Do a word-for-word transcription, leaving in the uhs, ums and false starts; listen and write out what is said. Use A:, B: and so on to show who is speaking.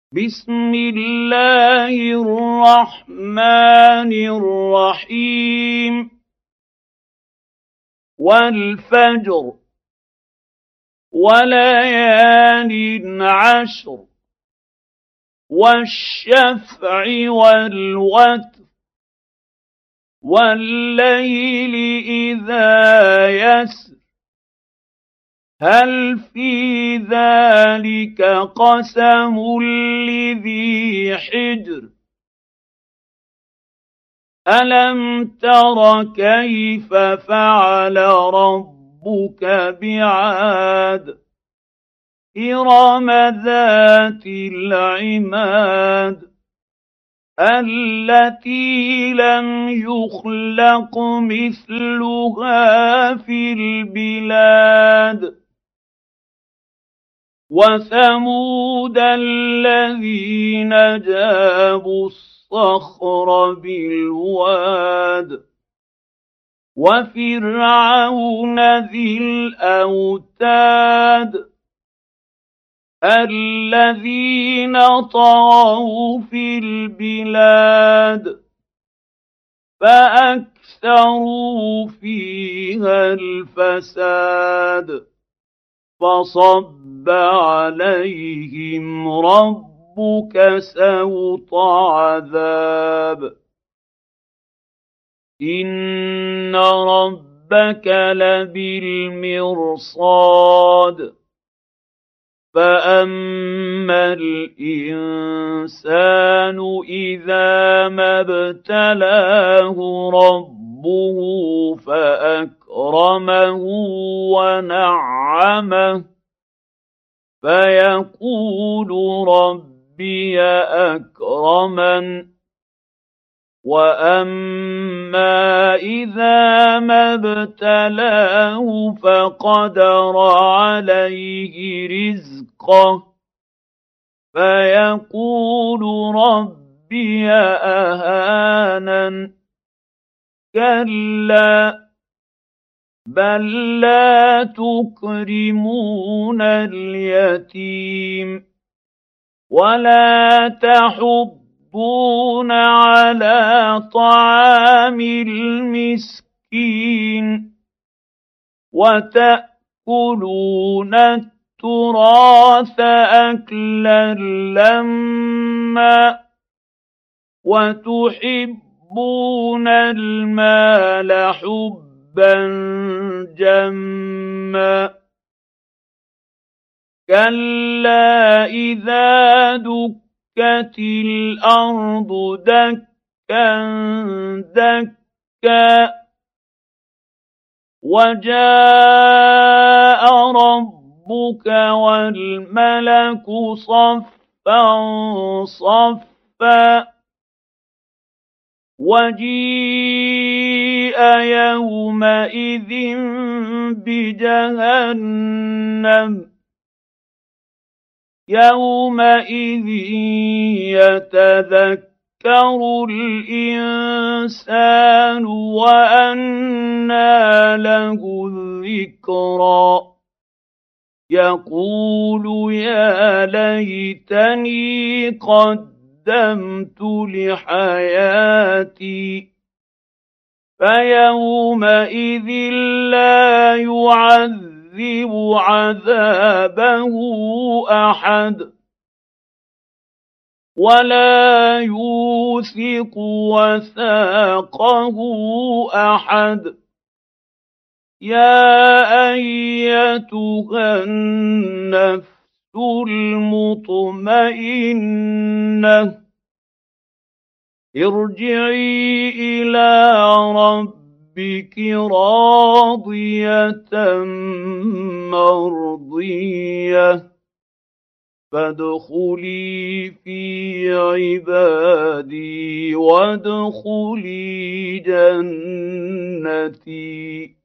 A: بسم الله الرحمن الرحيم والفجر وليال عشر والشفع والوتر والليل إذا يسر هل في ذلك قسم لذي حجر ألم تر كيف فعل ربك بعاد إرم ذات العماد التي لم يخلق مثلها في البلاد وثمود الذين جابوا الصخر بالواد وفرعون ذي الأوتاد الذين طغوا في البلاد فأكثروا فيها الفساد فصب عليهم ربك سوط عذاب إن ربك لبالمرصاد فأما الإنسان إذا ما ابتلاه ربه فأكرمه ونعمه فيقول ربي أكرمن وأما إذا ما ابتلاه فقدر عليه رزقه فيقول ربي أهانن كلا بل لا تكرمون اليتيم ولا تحضون على طعام المسكين وتأكلون التراث أكلا لما وتحبون المال حبا جما كلا إذا دكت الأرض دكا دكا وجاء ربك والملك صفا صفا وجيء يومئذ بجهنم يومئذ يتذكر الإنسان وأنى له الذكرى يقول يا ليتني قدمت لحياتي فيومئذ لا يعذب عذابه أحد ولا يوثق وثاقه أحد يا أيتها النفس المطمئنة ارجعي إلى ربك راضية مرضية فادخلي في عبادي وادخلي جنتي.